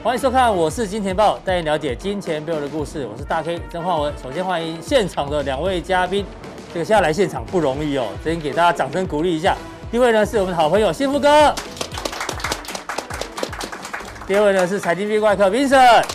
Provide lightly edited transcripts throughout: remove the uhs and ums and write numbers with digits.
欢迎收看，我是金钱豹，带您了解金钱背后的故事。我是大 K 曾焕文。首先欢迎现场的2位嘉宾，这个现在来现场不容易哦，先给大家掌声鼓励一下。第一位呢是我们的好朋友幸福哥，第二位呢是财经 V 怪客 Vincent。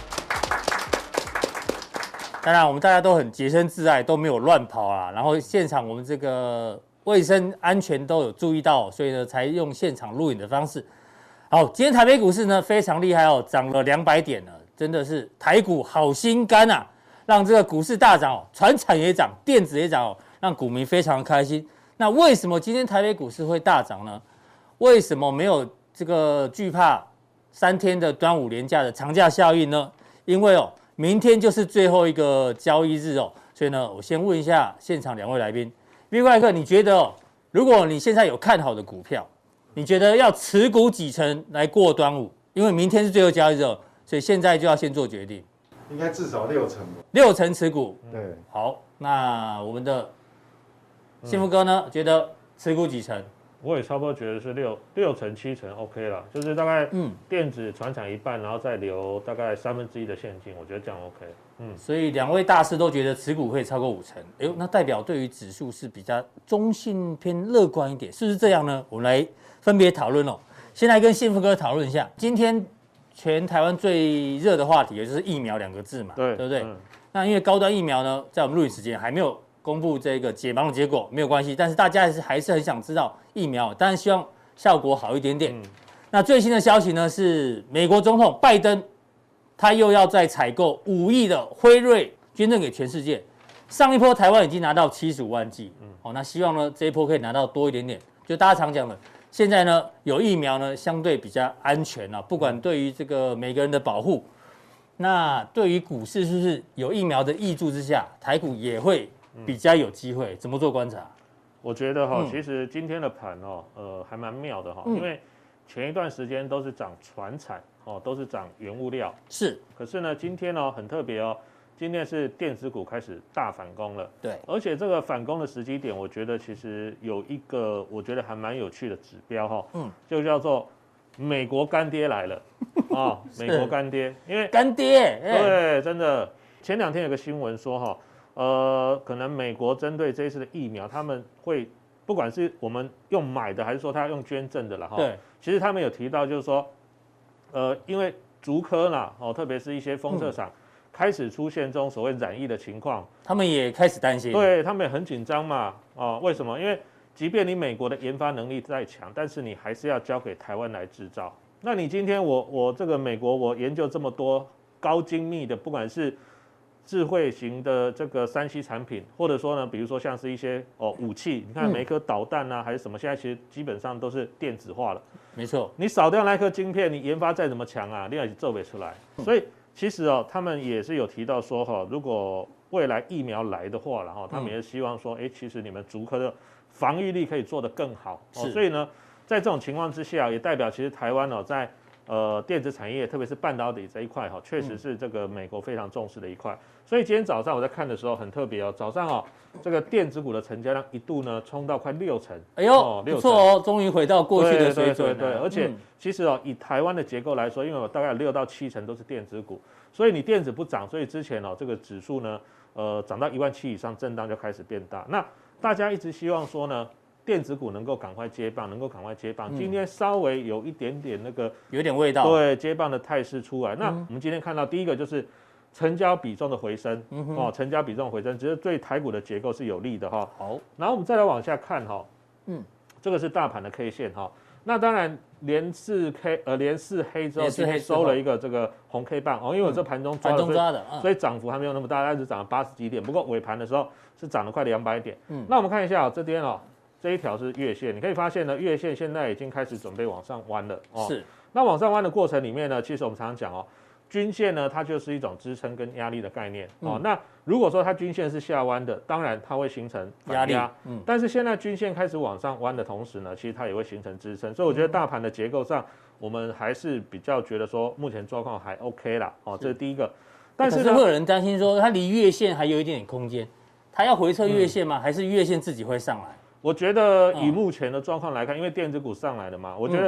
当然，我们大家都很洁身自爱，都没有乱跑啊。然后现场我们这个卫生安全都有注意到，所以呢才用现场录影的方式。好，今天台北股市呢非常厉害哦，涨了200点了，真的是台股好心肝啊，让这个股市大涨哦，传产也涨，电子也涨哦，让股民非常开心。那为什么今天台北股市会大涨呢？为什么没有这个惧怕3天的端午连假的长假效应呢？因为哦，明天就是最后一个交易日哦，所以呢，我先问一下现场2位来宾，V怪客，你觉得哦，如果你现在有看好的股票？你觉得要持股几成来过端午？因为明天是最后交易日，所以现在就要先做决定。 应该至少6成吧。 6成持股。 对。 好，那我们的幸福哥呢？觉得持股几成？ 我也差不多觉得是6成7成 OK 了，就是大概电子传产一半，然后再留大概1/3的现金，我觉得这样 OK。 所以2位大师都觉得持股会超过5成。哎呦，那代表对于指数是比较中性偏乐观一点，是不是这样呢？我们来分别讨论哦。先来跟幸福哥讨论一下，今天全台湾最热的话题，也就是疫苗2个字嘛，对不对？那因为高端疫苗呢，在我们录影时间还没有公布这个解盲的结果，没有关系，但是大家还是很想知道疫苗，当然希望效果好一点点。那最新的消息呢是，美国总统拜登他又要再采购5亿的辉瑞捐赠给全世界。上一波台湾已经拿到75万剂，那希望呢这一波可以拿到多一点点。就大家常讲的，现在呢有疫苗呢相对比较安全啊，不管对于这个每个人的保护，那对于股市是不是有疫苗的挹注之下，台股也会比较有机会？怎么做观察？ 我觉得其实今天的盘还蛮妙的因为前一段时间都是涨传产都是涨原物料， 是。 可是呢，今天很特别今天是电子股开始大反攻了， 对， 而且这个反攻的时机点，我觉得其实有一个我觉得还蛮有趣的指标就叫做美国干爹来了美国干爹，因为干爹， 对，真的，前2天有个新闻说可能美国针对这一次的疫苗，他们会不管是我们用买的，还是说他要用捐赠的了对， 其实他们有提到就是说，因为竹科啦特别是一些封测厂。开始出现这种所谓染疫的情况， 他们也开始担心， 对他们也很紧张嘛，为什么？因为即便你美国的研发能力再强，但是你还是要交给台湾来制造。那你今天我这个美国我研究这么多高精密的，不管是智慧型的这个3C 产品，或者说呢，比如说像是一些武器，你看每一颗导弹啊还是什么，现在其实基本上都是电子化了。 没错， 你少掉那颗晶片，你研发再怎么强啊，你也做不出来。所以其实他们也是有提到说如果未来疫苗来的话，然后他们也希望说，其实你们竹科的防御力可以做得更好所以呢，在这种情况之下，也代表其实台湾在电子产业，特别是半导体这一块确实是这个美国非常重视的一块。所以今天早上我在看的时候很特别早上这个电子股的成交量一度呢冲到快6成， 哎呦，不错终于回到过去的水准了。 对，而且其实以台湾的结构来说，因为我大概有6到7成都是电子股，所以你电子不涨，所以之前这个指数呢涨到17000以上，震荡就开始变大。那大家一直希望说呢，电子股能够赶快接棒，今天稍微有一点点那个有点味道， 对，接棒的态势出来。那我们今天看到第一个就是成交比重的回升，成交比重回升，只是对台股的结构是有利的好， 然后我们再来往下看这个是大盘的 K 线那当然连4黑之后，今天收了一个这个红 K 棒因为我这盘中抓的，所以涨幅还没有那么大，它只涨了80几点，不过尾盘的时候是涨了快200点。那我们看一下这边这一条是月线，你可以发现呢，月线现在已经开始准备往上弯了是。 那往上弯的过程里面呢，其实我们常常讲均线呢，它就是一种支撑跟压力的概念那如果说它均线是下弯的，当然它会形成反压，但是现在均线开始往上弯的同时呢，其实它也会形成支撑，所以我觉得大盘的结构上，我们还是比较觉得说目前状况还 OK 啦这是第一个。 但是会有人担心说，它离月线还有一点点空间，它要回测月线吗？还是月线自己会上来？ 我觉得以目前的状况来看，因为电子股上来了嘛，我觉得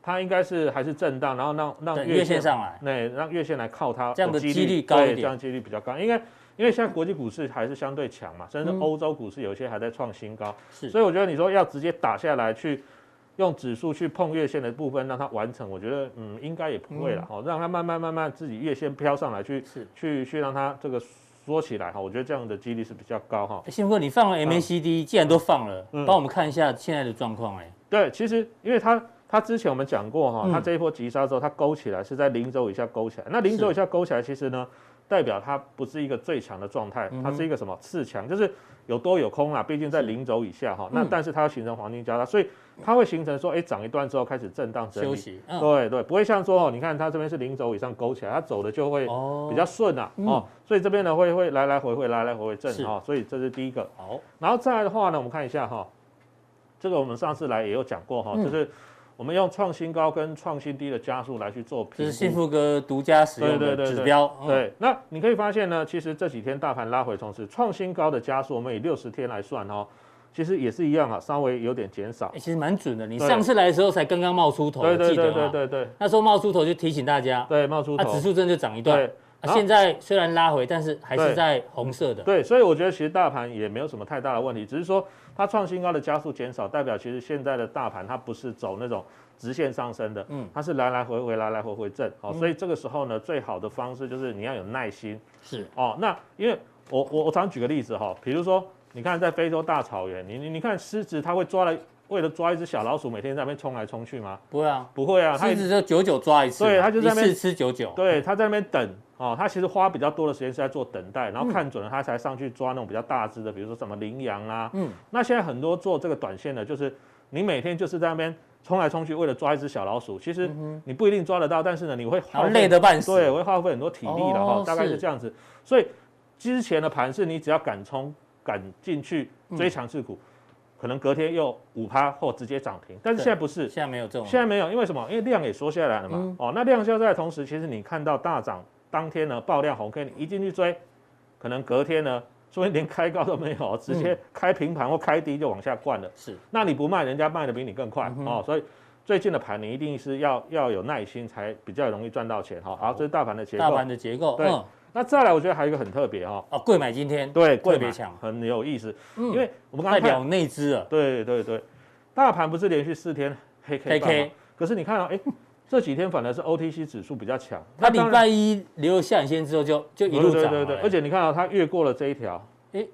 它应该是还是震荡，然后让月线上来， 对，让月线来靠它， 这样的几率高一点， 这样几率比较高，因为现在国际股市还是相对强嘛，甚至欧洲股市有些还在创新高，所以我觉得你说要直接打下来去用指数去碰月线的部分让它完成，我觉得应该也不会了，让它慢慢自己月线飘上来去让它这个缩起来哈，我觉得这样的几率是比较高哈。 幸福哥，你放了 MACD，既然都放了，帮我们看一下现在的状况对，其实因为它之前我们讲过哈，它这一波急杀之后，它勾起来是在0轴以下勾起来，那0轴以下勾起来，其实呢代表它不是一个最强的状态，它是一个什么次强，就是有多有空啊，毕竟在0轴以下哈，那但是它要形成黄金交叉，所以它会形成说，涨一段之后开始震荡整理， 休息， 对，不会像说你看它这边是0轴以上勾起来，它走的就会比较顺啊，所以这边呢会来来回回震所以这是第一个。好，然后再来的话呢，我们看一下这个我们上次来也有讲过就是我们用创新高跟创新低的加速来去做评估， 这是幸福哥独家使用的指标。 对，那你可以发现呢，其实这几天大盘拉回冲刺，创新高的加速，我们以60天来算其实也是一样稍微有点减少。 其实蛮准的，你上次来的时候才刚刚冒出头，记得吗？ 对， 那时候冒出头就提醒大家， 对，冒出头， 指数真的就涨一段。现在虽然拉回，但是还是在红色的。 对，所以我觉得其实大盘也没有什么太大的问题，只是说它创新高的加速减少，代表其实现在的大盘它不是走那种直线上升的，它是来来回回震，所以这个时候呢，最好的方式就是你要有耐心。 是那因为我常举个例子比如说你看在非洲大草原，你看狮子它会为了抓一只小老鼠，每天在那边冲来冲去吗？ 不会啊， 不会啊， 狮子就久抓一次， 对，它就在那边一次吃久， 对，它在那边等它其实花比较多的时间是在做等待，然后看准了它才上去抓那种比较大只的，比如说什么羚羊啊，那现在很多做这个短线的，就是你每天就是在那边冲来冲去，为了抓一只小老鼠，其实你不一定抓得到，但是呢，你会累得半死， 对，会耗费很多体力的大概是这样子。所以之前的盘是你只要敢冲敢进去追强势股，可能隔天又5%或直接涨停，但是现在不是， 现在没有这种， 现在没有，因为什么？因为量也缩下来了嘛。那量缩下来的同时，其实你看到大涨当天呢爆量红 K， 你一进去追，可能隔天呢，所以连开高都没有，直接开平盘或开低就往下灌了。 是， 那你不卖，人家卖的比你更快所以最近的盘你一定是要有耐心，才比较容易赚到钱好，这是大盘的结构。 大盘的结构， 对。那再来，我觉得还有一个很特别贵买今天对特别强， 很有意思，因为我们刚才代表内资啊， 对，大盘不是连续4天黑 K， 可是你看这几天反而是 OTC 指数比较强， 它礼拜一留下影线之后就一路涨了， 对，而且你看它越过了这一条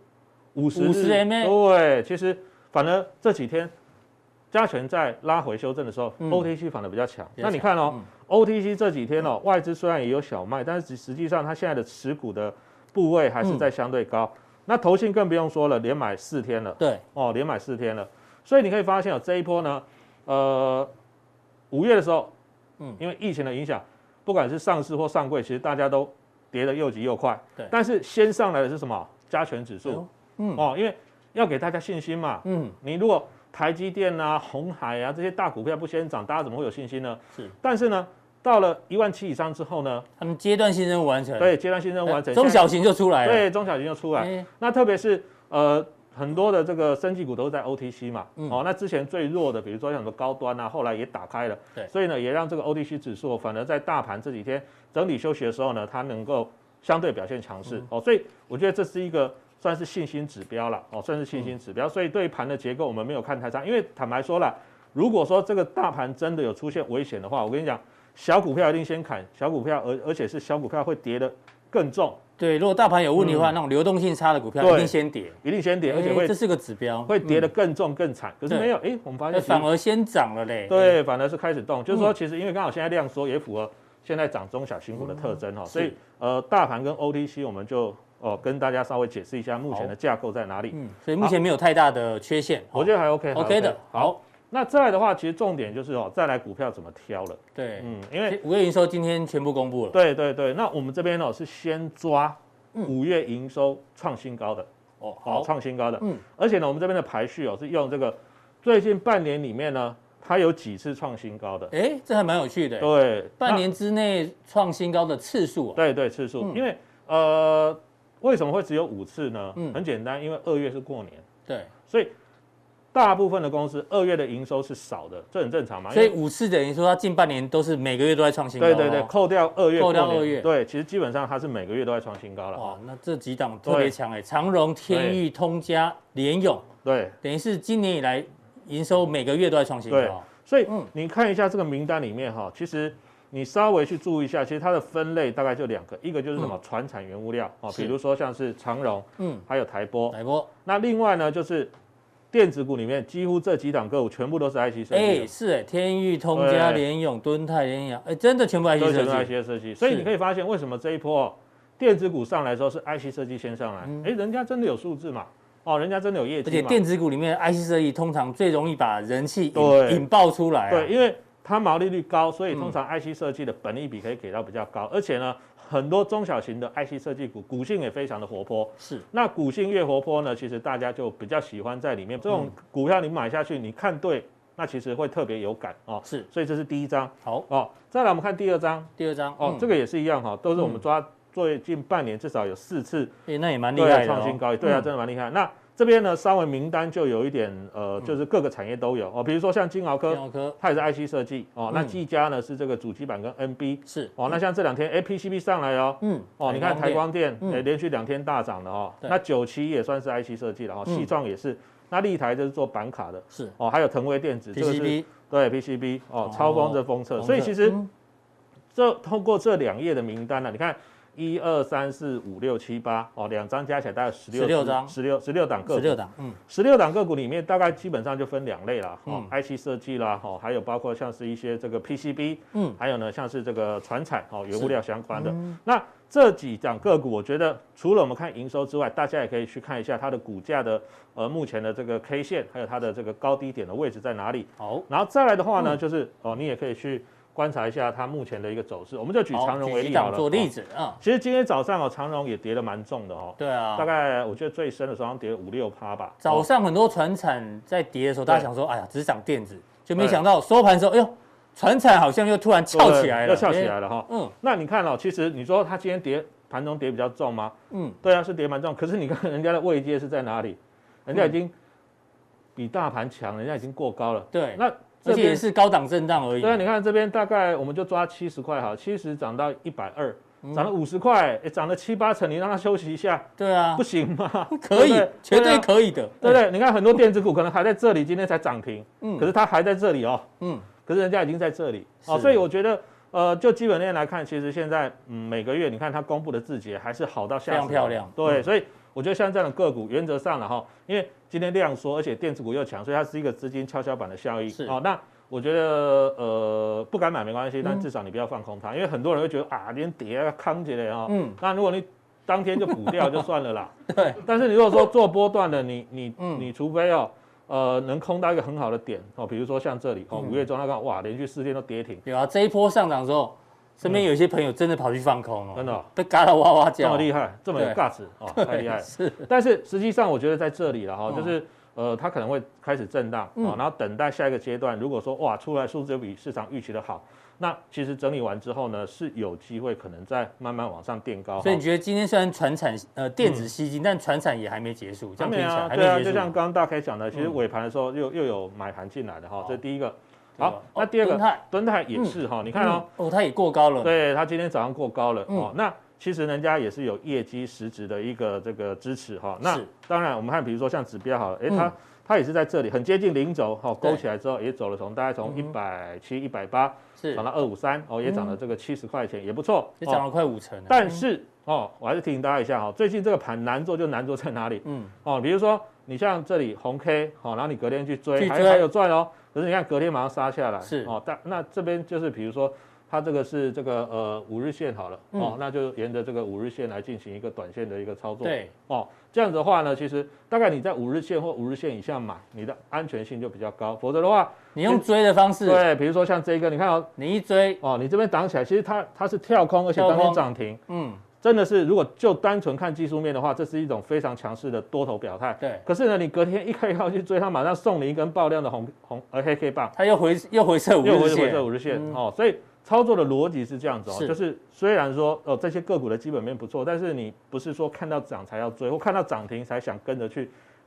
，50 MA， 对，其实反而这几天加权在拉回修正的时候，OTC 反而比较强。那你看OTC 这几天外资虽然也有小卖，但是实际上它现在的持股的部位还是在相对高。那投信更不用说了，连买4天了。 对， 连买4天了。所以你可以发现这一波呢，5月的时候，因为疫情的影响，不管是上市或上柜，其实大家都跌得又急又快。 对。 但是先上来的是什么？加权指数。因为要给大家信心嘛。你如果台积电啊、鸿海啊这些大股票不先涨，大家怎么会有信心呢？ 是。 但是呢，到了17000以上之后呢， 他们阶段性任务完成。 对，阶段性任务完成， 中小型就出来了。 对，中小型就出来。那特别是很多的这个生技股都是在 OTC 嘛。那之前最弱的，比如说像什么高端啊，后来也打开了。 对。 所以呢，也让这个 OTC 指数反而在大盘这几天整理休息的时候呢，它能够相对表现强势。所以我觉得这是一个算是信心指标了算是信心指标。所以对于盘的结构，我们没有看太差，因为坦白说了，如果说这个大盘真的有出现危险的话，我跟你讲，小股票一定先砍小股票，而且是小股票会跌得更重。 对，如果大盘有问题的话，那种流动性差的股票一定先跌， 一定先跌，而且会这是个指标， 会跌得更重更惨。可是没有，我们发现反而先涨了嘞。 对，反而是开始动，就是说，其实因为刚好现在量缩，也符合现在涨中小型股的特征所以大盘跟 OTC 我们就跟大家稍微解释一下目前的架构在哪里。 所以目前没有太大的缺陷， 我觉得还 OK 的。 好。那再来的话，其实重点就是再来股票怎么挑了。 对， 因为 5月营收今天全部公布了。 对，那我们这边是先抓5月营收创新高的。好，创新高的。而且呢，我们这边的排序是用这个最近半年里面呢，它有几次创新高的。 这还蛮有趣的。 对， 半年之内创新高的次数。 对，次数。因为为什么会只有5次呢？很简单，因为2月是过年。 对， 所以大部分的公司2月的营收是少的，这很正常嘛。 所以5次等于说它近半年都是每个月都在创新高。 对，扣掉2月， 扣掉2月， 对，其实基本上它是每个月都在创新高了。 哇，那这几档特别强哎，长荣、天钰、通家、联咏， 对， 等于是今年以来营收每个月都在创新高。 所以你看一下这个名单里面哈，其实你稍微去注意一下，其实它的分类大概就2个，一个就是什么传产原物料啊，比如说像是长荣，还有台玻。那另外呢就是电子股里面几乎这几档个股全部都是 IC 设计。 是天钰、通家、联咏、敦泰、联阳，真的全部 IC 设计。 IC 设计，所以你可以发现为什么这一波电子股上来的时候是 IC 设计先上来，人家真的有数字嘛，人家真的有业绩嘛。 而且电子股里面 IC 设计通常最容易把人气引爆出来。 对，因为它毛利率高，所以通常 IC 设计的本益比可以给到比较高，而且呢。很多中小型的 IC 设计股股性也非常的活泼， 是。 那股性越活泼呢，其实大家就比较喜欢在里面。这种股票你买下去，你看对，那其实会特别有感哦。 是。 所以这是第一张。 好哦，再来我们看第二张。这个也是一样哈，都是我们抓最近半年至少有4次， 那也蛮厉害的创新高，对啊，真的蛮厉害。那这边呢，稍微名单就有一点就是各个产业都有哦，比如说像金豪科，它也是 IC 设计哦。那技嘉呢是这个主机板跟 NB 是哦。那像这2天PCB 上来哦，你看台光电连续2天大涨了哦。那97也算是 IC 设计了哦，矽创也是。那立台就是做板卡的， 是哦，还有腾威电子 PCB 对 PCB 哦，超风这封测，所以其实通过这2页的名单呢，你看。1、2、3、4、5、6、7、8哦，2张加起来大概16张，16档个股，16档个股里面大概基本上就分2类啦，IC 设计啦，还有包括像是一些这个 PCB，还有呢像是这个传产原物料相关的。那这几档个股，我觉得除了我们看营收之外，大家也可以去看一下它的股价的目前的这个 K 线，还有它的这个高低点的位置在哪里。好，然后再来的话呢，就是你也可以去。观察一下它目前的一个走势，我们就举长荣为例好了。 做例子啊， 其实今天早上长荣也跌得蛮重的哦。 对啊， 大概我觉得最深的时候跌了5-6%吧。 早上很多传产在跌的时候，大家想说，哎呀，只涨电子，就没想到收盘的时候，哎呦，传产好像又突然翘起来了， 又翘起来了哈。那你看其实你说它今天盘中跌比较重吗？对啊，是跌蛮重。可是你看人家的位阶是在哪里？人家已经比大盘强，人家已经过高了。 对，那。而且也是高档震荡而已。 对啊，你看这边大概我们就抓70块好，70涨到120，涨了50块，涨了7-8成，你让它休息一下， 对啊， 不行吗？ 可以，绝对可以的， 对不对？你看很多电子股可能还在这里，今天才涨停，可是它还在这里哦，可是人家已经在这里哦，所以我觉得就基本面来看，其实现在每个月你看它公布的字节还是好到吓死，非常漂亮， 对，所以我觉得像这样的个股，原则上了哈，因为今天量缩，而且电子股又强，所以它是一个资金跷跷板的效应。哦，那我觉得不敢买没关系，但至少你不要放空它，因为很多人会觉得今天跌要扛起来哦。那如果你当天就补掉就算了啦。 对。 但是你如果说做波段的，你除非能空到一个很好的点哦，比如说像这里5月中那个连续4天都跌停。 有啊，这一波上涨之后。身边有些朋友真的跑去放空哦， 真的被嘎到哇哇叫， 这么厉害，这么有 guts 太厉害了。是，但是实际上我觉得在这里了哈，就是它可能会开始震荡然后等待下一个阶段。如果说出来数字比市场预期的好，那其实整理完之后呢，是有机会可能再慢慢往上垫高。 所以你觉得今天虽然传产电子吸金，但传产也还没结束，这样听起来还没结束。对啊，就像刚刚大 K 讲的，其实尾盘的时候又有买盘进来的哈，这是第一个。好，那第二个敦泰也是哈，你看它也过高了， 对，它今天早上过高了那其实人家也是有业绩实质的一个这个支持哈。那当然我们看，比如说像指标好了，它也是在这里很接近零轴勾起来之后也走了大概从170、180涨到253也涨了这个70块钱，也不错， 也涨了快5成。 但是我还是提醒大家一下最近这个盘难做就难做在哪里？比如说你像这里红 K 然后你隔天去追，还有赚哦。可是你看隔天马上杀下来， 是那这边就是比如说它这个是这个5日线好了那就沿着这个5日线来进行一个短线的一个操作， 对这样子的话呢，其实大概你在5日线或5日线以下买，你的安全性就比较高，否则的话你用追的方式， 对，比如说像这个，你看你一追你这边挡起来，其实它是跳空，而且当天涨停，真的是，如果就单纯看技术面的话，这是一种非常强势的多头表态。 对。 可是呢，你隔天一开要去追，它马上送你一根爆量的黑 K 棒， 它又回撤5日线， 所以操作的逻辑是这样子就是虽然说这些个股的基本面不错，但是你不是说看到涨才要追，或看到涨停才想跟着去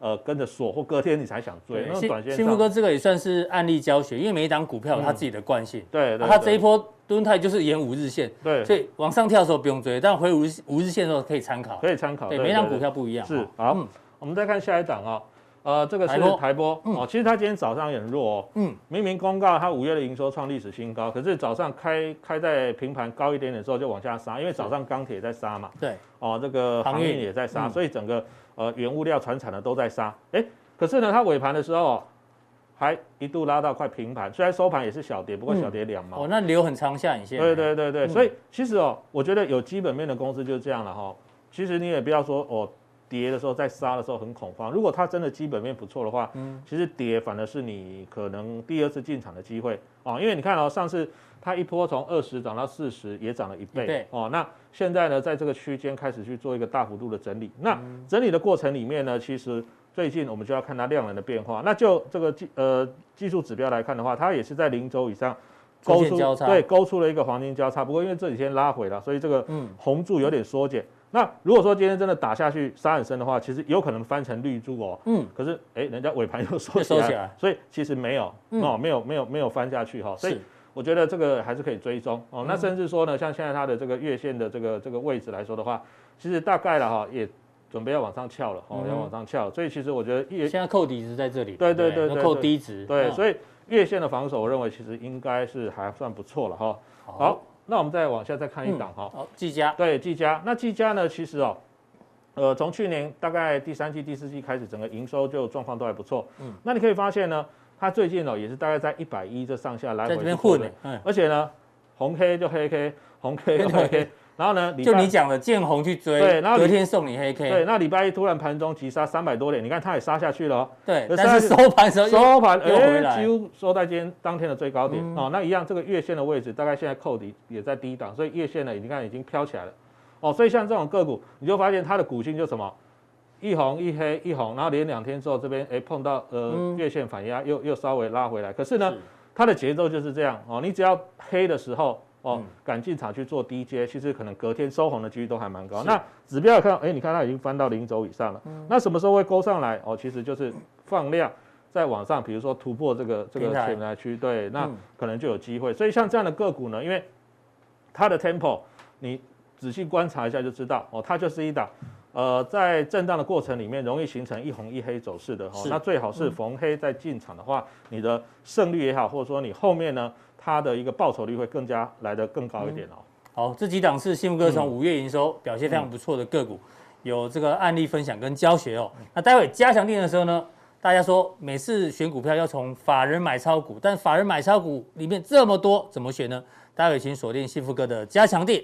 跟着锁或隔天你才想追，那种短线上。 幸福哥这个也算是案例教学，因为每一档股票有它自己的惯性。 对， 它这一波敦泰就是沿5日线， 对， 所以往上跳的时候不用追，但回5日线的时候可以参考。 可以参考。 对，每一档股票不一样。 是，好，我们再看下一档啊。这个是台玻哦，其实它今天早上也很弱哦，明明公告它5月的营收创历史新高，可是早上开在平盘高一点点之后就往下杀，因为早上钢铁在杀嘛， 对， 哦，这个航运也在杀，所以整个原物料传产的都在杀，可是呢它尾盘的时候还一度拉到快平盘，虽然收盘也是小跌，不过小跌2毛， 哦，那留很长下影线， 对，所以其实我觉得有基本面的公司就是这样了哈，其实你也不要说跌的时候在杀的时候很恐慌，如果它真的基本面不错的话，其实跌反而是你可能第2次进场的机会因为你看上次它一波从20涨到40，也涨了1倍那现在呢在这个区间开始去做一个大幅度的整理，那整理的过程里面呢，其实最近我们就要看它量能的变化，那就这个技术指标来看的话，它也是在0轴以上勾出了一个黄金交叉，不过因为这几天拉回了，所以这个红柱有点缩减。那如果说今天真的打下去杀很深的话，其实有可能翻成绿柱可是人家尾盘又收起来，所以其实没有没有翻下去所以我觉得这个还是可以追踪那甚至说呢，像现在它的这个月线的这个位置来说的话，其实大概了也准备要往上翘了要往上翘，所以其实我觉得现在扣底值在这里， 对， 扣低值， 对，所以月线的防守我认为其实应该是还算不错了好。那我们再往下再看一档技嘉， 对，技嘉，那技嘉呢，其实从去年大概第3季、第4季开始，整个营收就状况都还不错。那你可以发现呢，它最近也是大概在110这上下来回在这边混而且呢，红 K 就黑 K， 红 K 就黑 K。然后呢， 就你讲的见红去追，对，然后隔天送你黑 K， 对，那礼拜一突然盘中急杀300多点，你看它也杀下去了对，但是收盘的时候收盘几乎收在当天的最高点那一样这个月线的位置大概现在扣底也在低档，所以月线呢你看已经飘起来了所以像这种个股，你就发现它的股性就什么一红一黑一红，然后连2天之后这边碰到月线反压又稍微拉回来，可是呢它的节奏就是这样你只要黑的时候敢进场去做低阶，其实可能隔天收红的几率都还蛮高。那指标看，你看它已经翻到0轴以上了。那什么时候会勾上来？其实就是放量再往上，比如说突破这个前台区，对，那可能就有机会。所以像这样的个股呢，因为它的 tempo， 你仔细观察一下就知道它就是一档在震荡的过程里面容易形成一红一黑走势的那最好是逢黑再进场的话，你的胜率也好，或者说你后面呢？它的一个报酬率会更加来得更高一点好，这几档是幸福哥从5月营收表现非常不错的个股，有这个案例分享跟教学那待会加强定的时候呢，大家说每次选股票要从法人买超股，但法人买超股里面这么多，怎么选呢？待会请锁定幸福哥的加强定。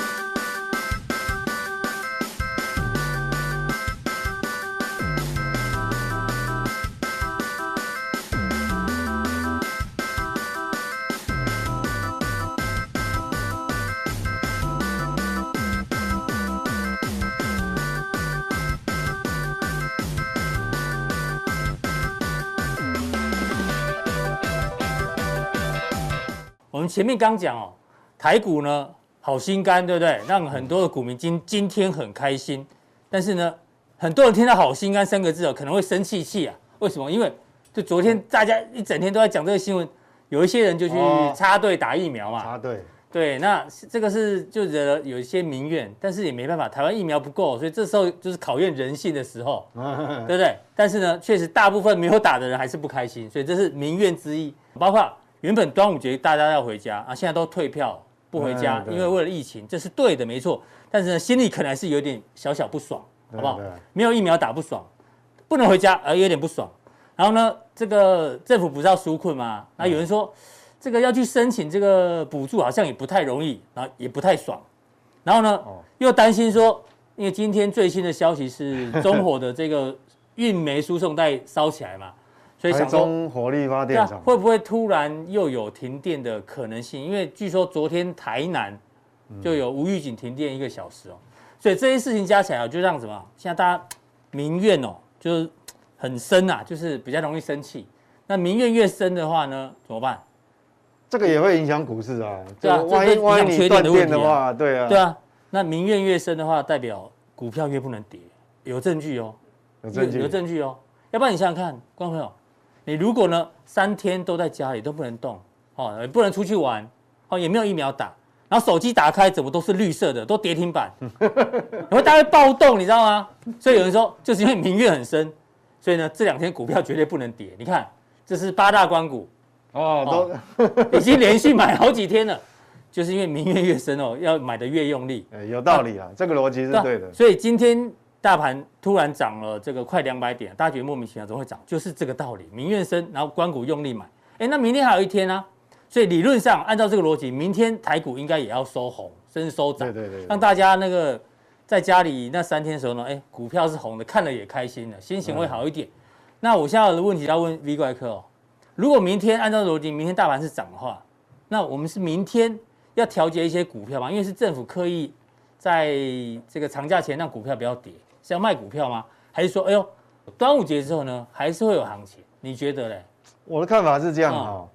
我们前面刚讲台股呢好心肝，对不对？让很多的股民今天很开心，但是呢，很多人听到好心肝3个字可能会生气啊。为什么？因为就昨天大家一整天都在讲这个新闻，有一些人就去插队打疫苗嘛。 插队。 对，那这个是就惹了有一些民怨，但是也没办法，台湾疫苗不够，所以这时候就是考验人性的时候，对不对？但是呢，确实大部分没有打的人还是不开心，所以这是民怨之一，包括。原本端午节大家要回家现在都退票不回家，因为为了疫情，这是对的，没错。但是呢，心里可能还是有点小不爽，好不好？没有疫苗打不爽，不能回家有点不爽。然后呢，这个政府不是要纾困吗？然后有人说，这个要去申请这个补助，好像也不太容易，然后也不太爽。然后呢，又担心说，因为今天最新的消息是中火的这个运煤输送带烧起来嘛。所以想说， 台中火力发电厂会不会突然又有停电的可能性？因为据说昨天台南就有无预警停电1个小时所以这些事情加起来就让什么？现在大家民怨就是很深就是比较容易生气。那民怨越深的话呢，怎么办？ 这个也会影响股市啊。 对啊，万一你断电的话，对啊。 对啊，那民怨越深的话，代表股票越不能跌，有证据有证据哦。要不然你想想看，观众朋友，你如果呢3天都在家里都不能动，哦，也不能出去玩，哦，也没有疫苗打，然后手机打开怎么都是绿色的，都跌停板，你会大概暴动，你知道吗？所以有人说，就是因为民怨很深，所以呢这2天股票绝对不能跌。你看，这是8大关股，已经连续买好几天了。就是因为民怨越深哦，要买的越用力。 有道理啊，这个逻辑是对的。 所以今天大盘突然涨了这个快200点，大家觉得莫名其妙怎么会涨？就是这个道理，民怨深，然后官股用力买。那明天还有一天啊，所以理论上按照这个逻辑，明天台股应该也要收红，甚至收涨。 对， 让大家那个在家里那3天的时候呢，股票是红的，看了也开心了，心情会好一点。那我现在的问题要问 V 怪客哦，如果明天按照逻辑，明天大盘是涨的话，那我们是明天要调节一些股票吗？因为是政府刻意在这个长假前让股票不要跌，是要卖股票吗？还是说，端午节之后呢，还是会有行情？你觉得嘞？ 我的看法是这样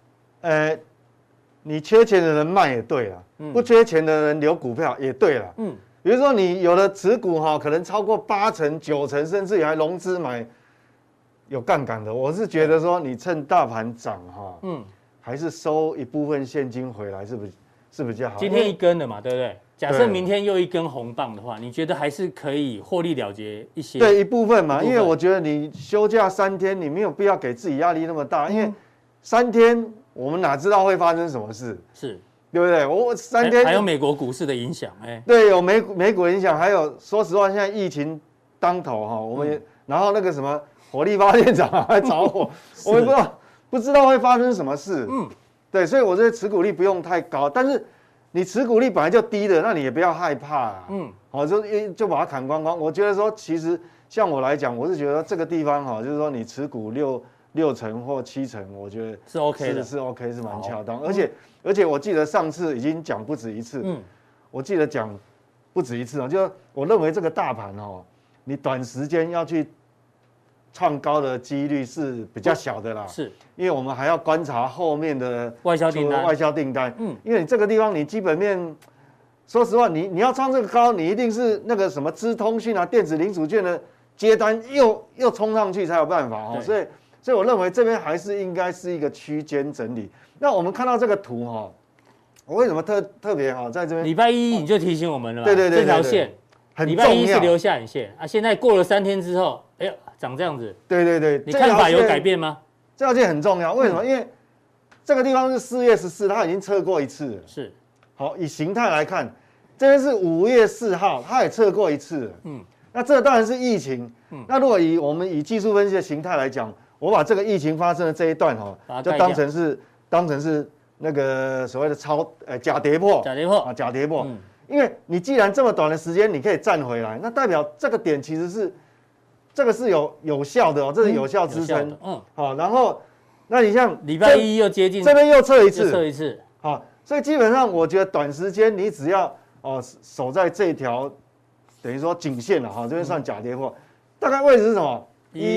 你缺钱的人卖也对了，不缺钱的人留股票也对了。比如说你有的持股可能超过8成、9成，甚至于还融资买有杠杆的，我是觉得说你趁大盘涨还是收一部分现金回来是比较好。 今天一根的嘛，对不对？假设明天又一根红棒的话，你觉得还是可以获利了结一些？ 对，一部分嘛，因为我觉得你休假3天，你没有必要给自己压力那么大，因为3天我们哪知道会发生什么事？ 是， 对不对？我3天还有美国股市的影响， 对，有美股的影响，还有说实话，现在疫情当头我们然后那个什么火力发电厂还着火，我们不知道会发生什么事。对，所以我觉得持股率不用太高，但是你持股率本来就低的，那你也不要害怕就把它砍光光。我觉得说，其实像我来讲，我是觉得这个地方就是说你持股六成或7成，我觉得是 OK 的， 是 OK， 是蛮恰当。而且我记得上次已经讲不止一次，我记得讲不止一次就我认为这个大盘你短时间要去创高的几率是比较小的啦， 是因为我们还要观察后面的外销订单。 因为你这个地方你基本面，说实话，你要创这个高，你一定是那个什么资通讯啊、电子零组件的接单又冲上去才有办法所以我认为这边还是应该是一个区间整理。那我们看到这个图我为什么特别在这边？ 礼拜一你就提醒我们了嘛， 对， 这条线礼拜一是留下影线啊， 现在过了3天之后，长这样子， 对， 你看法有改变吗？ 这条线很重要，为什么？因为这个地方是4月14，它已经测过一次了。 是， 好，以形态来看，这边是5月4号，它也测过一次了。那这当然是疫情。那如果我们以技术分析的形态来讲，我把这个疫情发生的这一段就当成是那个所谓的假跌破。假跌破。因为你既然这么短的时间你可以站回来，那代表这个点其实是。这个是有效的这是有效支撑。好，然后，那你像礼拜一又接近， 这边又测一次， 好， 所以基本上我觉得短时间你只要守在这条，等于说颈线了这边算假跌破，大概位置是什么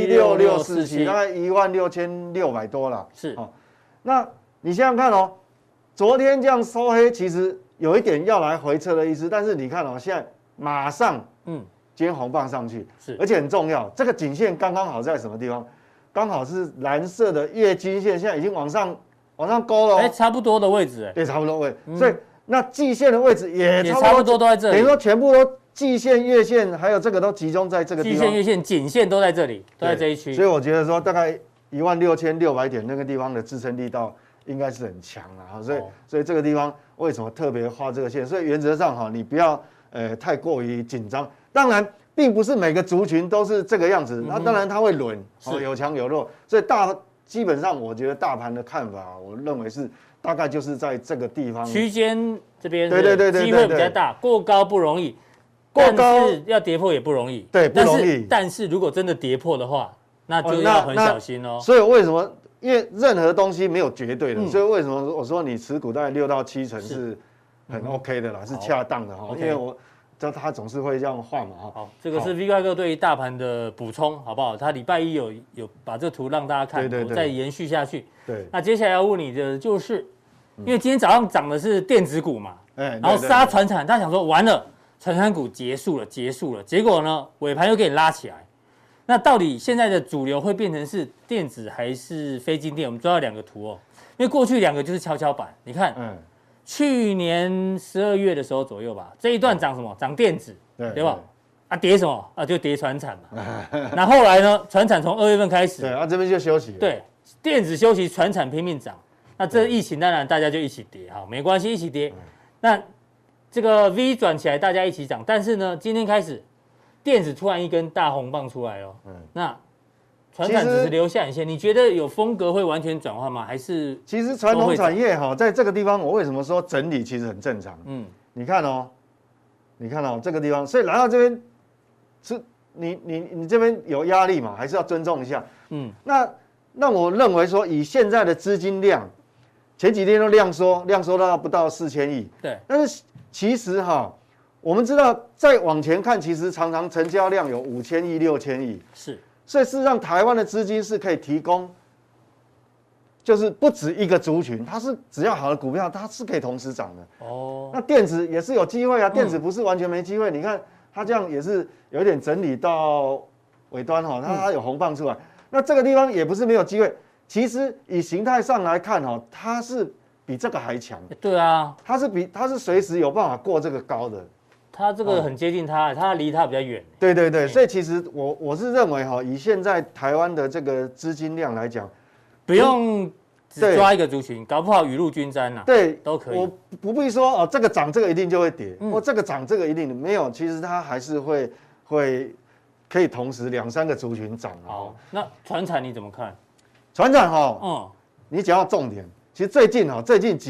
？16647，大概16600多了。 是， 那你想想看昨天这样收黑，其实有一点要来回撤的意思，但是你看现在马上今天红棒上去，而且很重要，这个颈线刚刚好在什么地方？刚好是蓝色的月均线，现在已经往上勾了差不多的位置对，差不多位置。所以那季线的位置也差不多都在这里， 等于说全部都季线、月线还有这个都集中在这个地方。 季线、月线、颈线都在这里，都在这一区。 所以我觉得说大概16600点那个地方的支撑力道应该是很强所以这个地方为什么特别画这个线？所以原则上你不要太过于紧张。当然，并不是每个族群都是这个样子，那当然它会轮，有强有弱，所以基本上我觉得大盘的看法，我认为是大概就是在这个地方区间这边， 对， 机会比较大，过高不容易， 过高要跌破也不容易， 对，不容易。 但是如果真的跌破的话，那就要很小心所以为什么？因为任何东西没有绝对的，所以为什么我说你持股大概6到7成是很 OK 的啦，是恰当的因为他总是会这样画嘛好，这个是 V 怪哥对于大盘的补充，好不好？他礼拜一有把这个图让大家看，我再延续下去。 对， 那接下来要问你的就是，因为今天早上涨的是电子股嘛，然后杀传产，大家想说完了，传产股结束了，结果呢尾盘又给你拉起来， 那到底现在的主流会变成是电子还是非晶电？我们抓到2个图哦，因为过去2个就是跷跷板。你看，去年12月的时候左右吧，这一段涨什么？涨电子，对吧？啊，跌什么？啊，就跌传产嘛。那后来呢？传产从2月份开始， 对，这边就休息了。 对，电子休息，传产拼命涨。那这疫情当然大家就一起跌，好，没关系，一起跌。那这个 V 转起来，大家一起涨。但是呢，今天开始，电子突然一根大红棒出来了。那传产只是留下影线，你觉得有风格会完全转换吗？还是其实传统产业在这个地方，我为什么说整理其实很正常？你看哦，这个地方，所以来到这边是你这边有压力嘛，还是要尊重一下。那我认为说，以现在的资金量，前几天都量缩到不到4000亿。 对， 但是其实我们知道再往前看，其实常常成交量有5000亿、6000亿。 是。 所以事实上，台湾的资金是可以提供，就是不止一个族群，它是只要好的股票，它是可以同时涨的。那电子也是有机会啊，电子不是完全没机会。你看它这样也是有一点整理到尾端它有红棒出来。那这个地方也不是没有机会，其实以形态上来看它是比这个还强。 对啊， 它是随时有办法过这个高的。 它这个很接近它离它比较远。 对，所以其实我是认为以现在台湾的这个资金量来讲， 不用只抓一个族群，搞不好雨露均沾呐。 对， 都可以。 我不必说这个涨这个一定就会跌，或这个涨这个一定没有，其实它还是会可以同时2、3个族群涨。 好，那传产你怎么看？ 传产你讲到重点，其实最近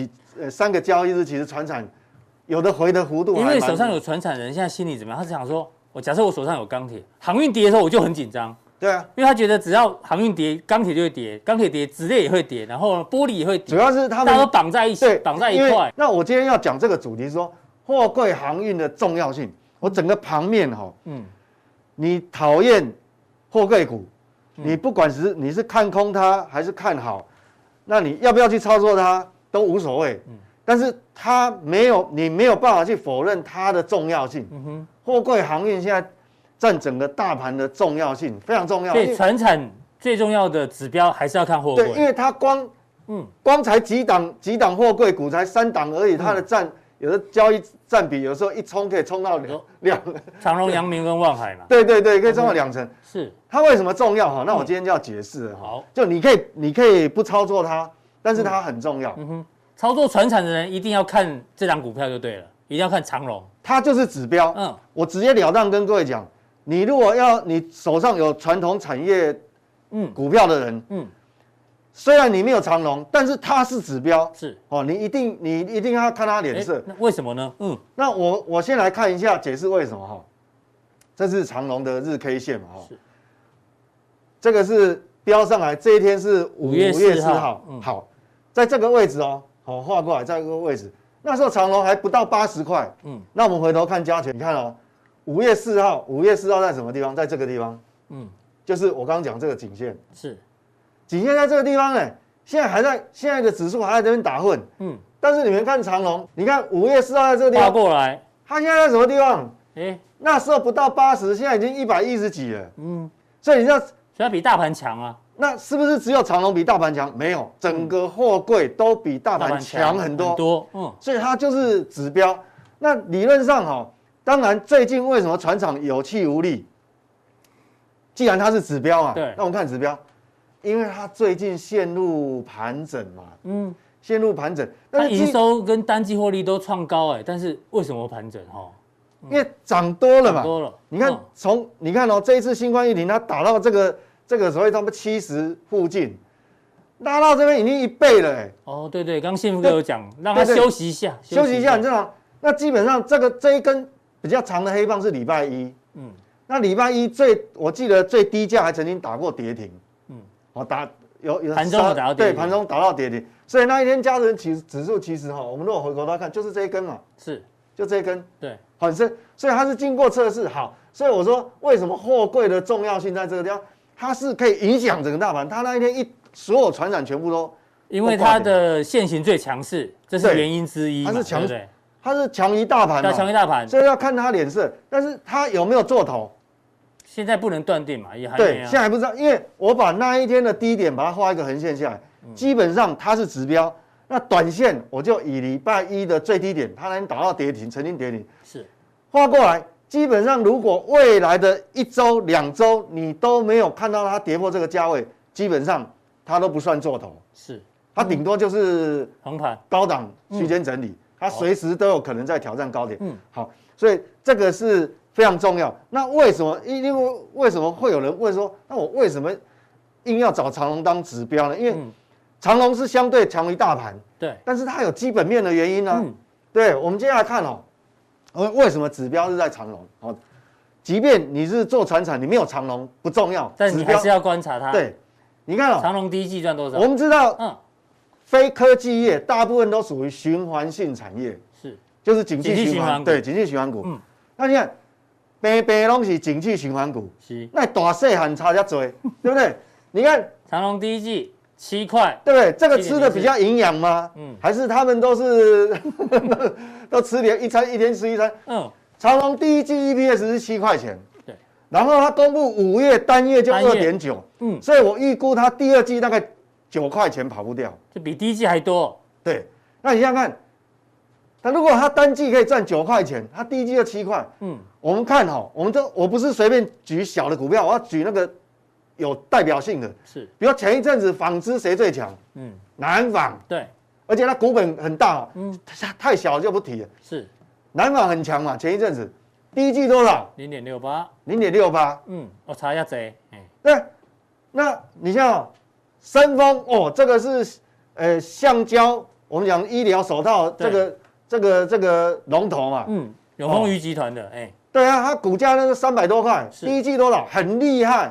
3个交易日，其实传产有的回的幅度， 因为手上有传产人，现在心里怎么样？他是想说，假设我手上有钢铁，航运跌的时候我就很紧张。 对啊， 因为他觉得只要航运跌，钢铁就会跌，钢铁跌，纸类也会跌，然后玻璃也会跌。 主要是他们大家都绑在一起，绑在一块。 那我今天要讲这个主题，说货柜航运的重要性。我整个盘面你讨厌货柜股，你不管你是看空它还是看好，那你要不要去操作它都无所谓。但是你没有办法去否认它的重要性。货柜航运现在占整个大盘的重要性非常重要。 所以传产最重要的指标还是要看货柜。 对，因为它光才几档货柜股才3档而已，它的有的交易占比有时候一冲可以冲到2， 长荣、阳明跟万海嘛。 对，可以冲到2成。 是它为什么重要那我今天就要解释了好， 就你可以不操作它，但是它很重要。 操作传产的人一定要看这档股票就对了，一定要看长荣， 它就是指标。我直截了当跟各位讲，你如果你手上有传统产业股票的人，虽然你没有长荣，但是它是指标。 是你一定要看它脸色。 那为什么呢？ 那我先来看一下解释为什么这是长荣的日 K 线嘛这个是标上来，这一天是5月4号。好，在这个位置画过来，在这个位置，那时候长荣还不到80块。那我们回头看加权，你看5月4号在什么地方？在这个地方。就是我刚刚讲这个颈线。是，颈线在这个地方现在的指数还在这边打混。但是你们看长荣，你看5月4号在这个地方。 画过来， 它现在在什么地方？那时候不到80，现在已经110几了。所以你知道， 所以它比大盘强啊。 那是不是只有长荣比大盘强？没有，整个货柜都比大盘强很多。所以它就是指标。那理论上当然最近为什么船厂有气无力？既然它是指标嘛，那我们看指标，因为它最近陷入盘整嘛。陷入盘整， 它营收跟单季获利都创高但是为什么盘整因为涨多了嘛。 多了。 你看这一次新冠疫情，它打到这个所谓差不多70附近，拉到这边已经1倍了对，刚幸福哥有讲，让它休息一下， 休息一下很正常。那基本上这一根比较长的黑棒是礼拜一。那礼拜一我记得最低价还曾经打过跌停。有盘中打到跌停。 对，盘中打到跌停。所以那一天加权指数其实我们如果回头来看，就是这一根嘛。是，就这一根。对，很深，所以它是经过测试。好，所以我说为什么货柜的重要性在这个地方，它是可以影响整个大盘。它那一天所有传染全部都， 因为它的线型最强势，这是原因之一嘛。它是强，对， 它是强于大盘嘛， 强于大盘， 所以要看它脸色。但是它有没有做头？ 现在不能断定嘛，也还对， 没啊现在还不知道，因为我把那一天的低点把它画一个横线下来，基本上它是指标。那短线我就以礼拜一的最低点，它能达到跌停，曾经跌停， 是画过来。基本上如果未来的1周、2周你都没有看到它跌破这个价位，基本上它都不算做头， 是， 它顶多就是横盘高档区间整理，它随时都有可能在挑战高点。好，所以这个是非常重要。那为什么？因为为什么会有人问说，那我为什么硬要找长荣当指标呢？因为长荣是相对强于大盘， 对， 但是它有基本面的原因呢。对，我们接下来看哦，为什么指标是在长荣？哦，即便你是做传产，你没有长荣不重要， 但你还是要观察它。 对，你看哦， 长荣第一季赚多少？ 我们知道，非科技业大部分都属于循环性产业， 是， 就是景气循环，对，景气循环股。那你看，平平都是景气循环股， 是， 那大细汉差较多，对不对？你看长荣第一季7块， 对不对？这个吃的比较营养吗？还是他们都是都吃点一天吃一餐？长荣第一季 EPS 是7块钱，对，然后它公布5月单月就2.9，所以我预估它第二季大概9块钱跑不掉， 就比第一季还多。 对，那你想想看，那如果它单季可以赚9块钱，它第一季就7块，我们看哈，我不是随便举小的股票，我要举那个有代表性的，是，比如前一阵子纺织谁最强？南纺，对，而且它股本很大，太小就不提了，是，南纺很强嘛，前一阵子第一季多少？0.68， 我查一下贼， 对，那你像深丰哦，这个是橡胶，我们讲医疗手套这个龙头嘛， 永丰余集团的， 对啊，它股价那是300多块，第一季多少？很厉害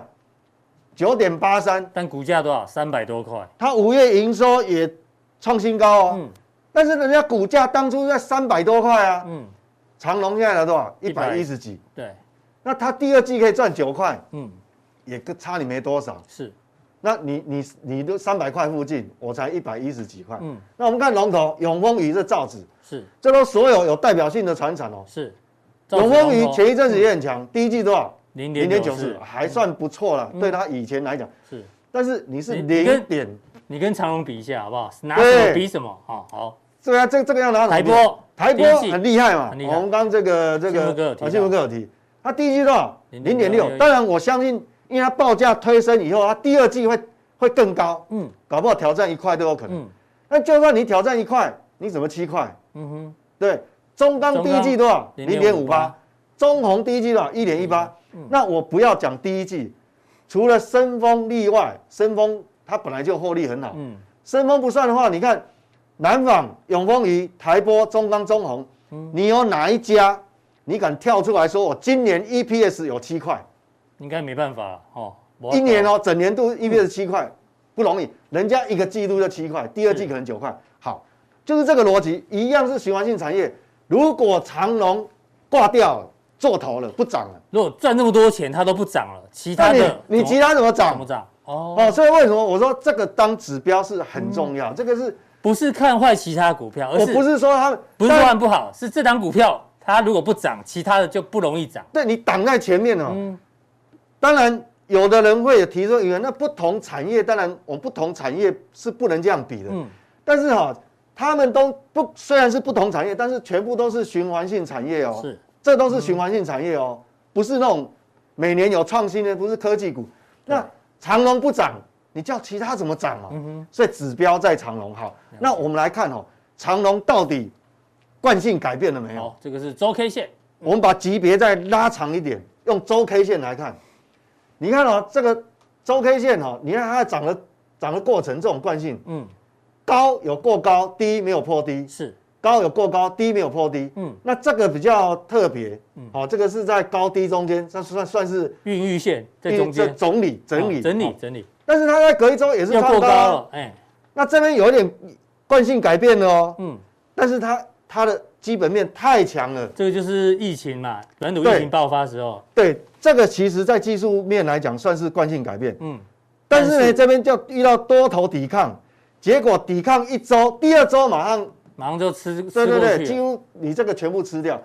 ，9.83， 但股价多少？300多块。 它5月营收也创新高哦，但是人家股价当初在300多块啊，长荣现在的多少？110几，对，那它第二季可以赚9块，也差你没多少，是，那你都300块附近，我才110几块，那我们看龙头永丰余这造纸，是，这都所有有代表性的传产哦，是，永丰余前一阵子也很强，第一季多少？0.94，还算不错了，对他以前来讲是，但是你是0点， 你跟长荣比一下好不好？拿什么比什么？好， 对啊，这个要拿台波很厉害嘛，我们刚这个新闻哥有提，他第一季多少？0.6，当然我相信，因为它报价推升以后，它第二季会更高，搞不好挑战1块都有可能。那就算你挑战1块，你怎么7块？对，中钢第一季多少？0.58，中鸿第一季多少？1.18。那我不要讲第一季，除了深丰例外，深丰它本来就获利很好，深丰不算的话，你看南纺、永丰余、台波、中钢、中鸿，你有哪一家你敢跳出来说我今年 EPS 有7块？ 应该没办法哦， 一年哦，整年度 EPS 7块不容易，人家一个季度就7块，第二季可能9块。好，就是这个逻辑，一样是循环性产业。如果长荣挂掉了，做头了，不涨了， 如果赚那么多钱它都不涨了，其他的你其他怎么涨？ 怎么涨？ 所以为什么我说这个当指标是很重要？这个是不是看坏其他股票？ 我不是说它不是说它不好，是这档股票它如果不涨，其他的就不容易涨。 对你挡在前面哦。当然，有的人会提出那不同产业，当然我们不同产业是不能这样比的。但是他们都不虽然是不同产业，但是全部都是循环性产业哦。是。这都是循环性产业哦，不是那种每年有创新的，不是科技股。那长荣不涨，你叫其他怎么涨哦？所以指标在长荣。好，那我们来看长荣到底惯性改变了没有？ 这个是周 K 线， 我们把级别再拉长一点，用周 K 线来看。你看这个周 K 线你看它涨的过程，这种惯性，高有过高，低没有破低，是。高有过高，低没有破低，那这个比较特别，这个是在高低中间，这算是孕育线在中间， 整理，但是它在隔一周也是过高了， 那这边有一点惯性改变了哦，但是它的基本面太强了， 这个就是疫情嘛，本土疫情爆发的时候， 对，这个其实在技术面来讲算是惯性改变，但是呢这边就遇到多头抵抗，结果抵抗1周，第2周马上就吃， 对， 几乎你这个全部吃掉。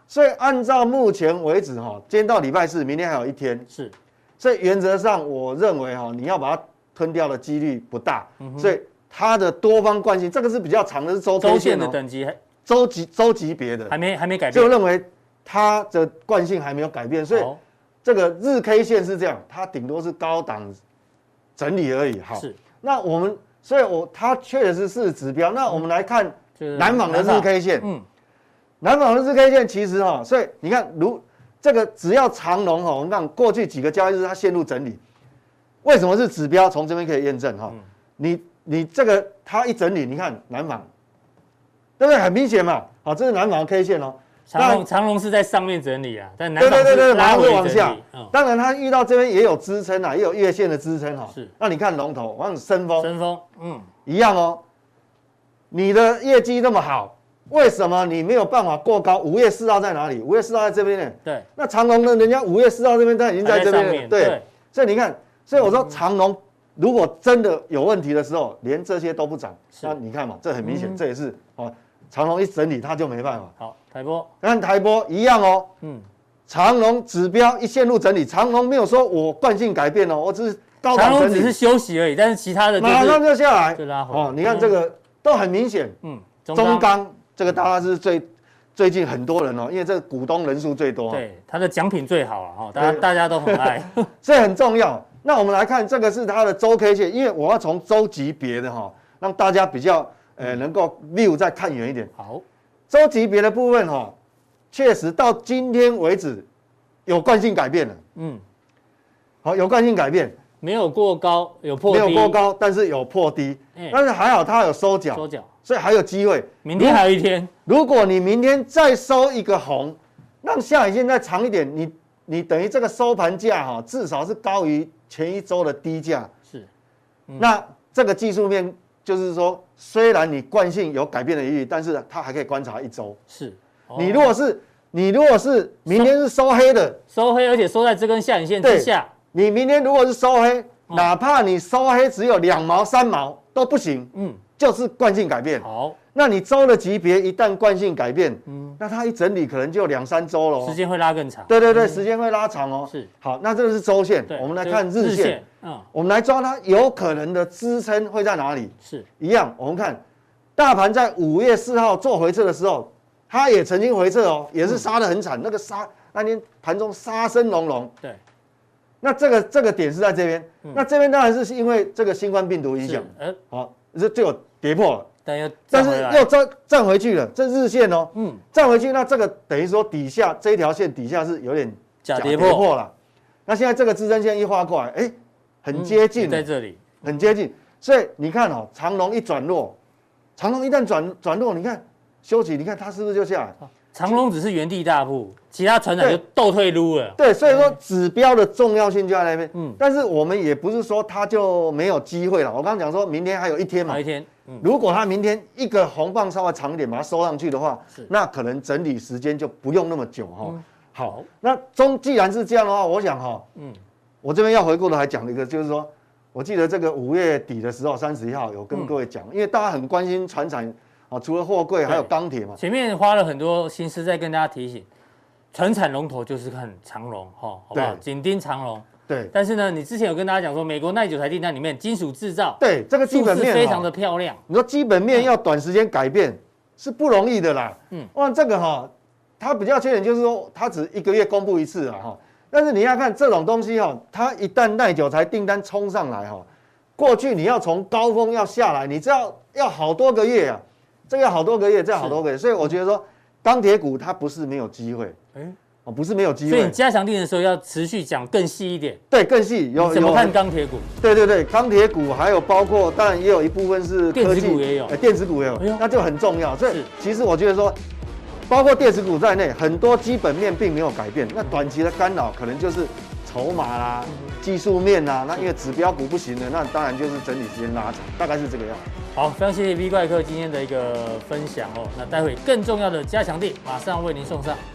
所以按照目前为止今天到礼拜四，明天还有一天， 是， 所以原则上我认为你要把它吞掉的几率不大，所以它的多方惯性，这个是比较长的，是周 K 线的等级， 周级别的， 还没改变， 就认为它的惯性还没有改变，所以这个日 K 线是这样，它顶多是高档整理而已。好，是，那我们，所以它确实是指标。那我们来看南纺的日 K 线，南纺的日 K 线其实所以你看，这个只要长荣我们看过去几个交易日它陷入整理，为什么是指标？从这边可以验证你这个它一整理，你看南纺，对不对？很明显嘛。好，这是南纺的 K 线哦。 长荣是在上面整理啊，但南纺对，马上会往下。当然它遇到这边也有支撑也有月线的支撑是。那你看龙头，像深丰，一样哦。你的业绩那么好，为什么你没有办法过高？5月4号在哪里？5月4号在这边呢。对。那长荣呢？人家5月4号这边它已经在这边了。对。所以你看，所以我说长荣如果真的有问题的时候，连这些都不涨，那你看嘛，这很明显，这也是长荣一整理它就没办法。 好，台波， 看台波一样哦。长荣指标一陷入整理，长荣没有说我惯性改变哦，我只是高档整理。 长荣只是休息而已，但是其他的马上就下来， 就拉回。 你看这个都很明显。中钢这个大概是最近很多人因为这个股东人数最多。 对，它的奖品最好了大家都很爱， 这很重要。那我们来看这个是它的周 K 线，因为我要从周级别的让大家比较能够 view 再看远一点。 好， 周级别的部分确实到今天为止有惯性改变了。好，有惯性改变， 没有过高，有破低， 没有过高，但是有破低，但是还好它有收脚，所以还有机会。 明天还有一天， 如果你明天再收一个红，让下影线再长一点，你等于这个收盘价至少是高于前一周的低价。是，那这个技术面就是说，虽然你惯性有改变的疑虑，但是它还可以观察一周。是，你如果是明天是收黑的， 而且收在这根下影线之下， 你明天如果是收黑，哪怕你收黑只有2毛3毛都不行。就是惯性改变。好，那你周的级别一旦惯性改变，那它一整理可能就2、3周了， 时间会拉更长。 对，时间会拉长哦。是，好，那这个是周线，我们来看日线。我们来抓它有可能的支撑会在哪里？是一样，我们看大盘在5月4号做回撤的时候，它也曾经回撤也是杀得很惨，那天盘中杀声隆隆。对，那这个点是在这边，那这边当然是因为这个新冠病毒影响，就有跌破了，但是又站回去了，这日线站回去，那这个等于说底下这一条线底下是有点假跌破了。那现在这个支撑线一画过来，很接近， 在这里很接近，所以你看长荣一转弱，长荣一旦转弱，你看休息，你看它是不是就下来？ 长荣只是原地大步，其他船长就倒退撸了。 对，所以说指标的重要性就在那边。但是我们也不是说它就没有机会了。我刚刚讲说明天还有一天嘛， 还有一天。 如果它明天一个红棒稍微长一点，把它收上去的话，那可能整理时间就不用那么久好，那既然是这样的话，我想我这边要回顾的还讲了一个，就是说，我记得这个5月底的时候，31号有跟各位讲，因为大家很关心传产。除了货柜还有钢铁嘛， 前面花了很多心思在跟大家提醒，传产龙头就是看长荣好不好？紧盯长荣。对。但是呢，你之前有跟大家讲说，美国耐久材订单里面金属制造， 对这个基本面非常的漂亮。 你说基本面要短时间改变是不容易的啦。哇，这个它比较缺点就是说，它只1个月公布一次啊但是你要看这种东西它一旦耐久材订单冲上来过去你要从高峰要下来，你知道要好多个月啊。这个要好多个月，所以我觉得说，钢铁股它不是没有机会，不是没有机会。 所以你加强定的时候要持续讲更细一点。 对，更细。 怎么看钢铁股？ 对，钢铁股还有包括，当然也有一部分是科技，电子股也有， 电子股也有，那就很重要。所以其实我觉得说，包括电子股在内，很多基本面并没有改变，那短期的干扰可能就是筹码啦、技术面啦，那因为指标股不行了，那当然就是整理时间拉长，大概是这个样子。 好，非常谢谢 V 怪客今天的一个分享那待会更重要的加强定马上为您送上。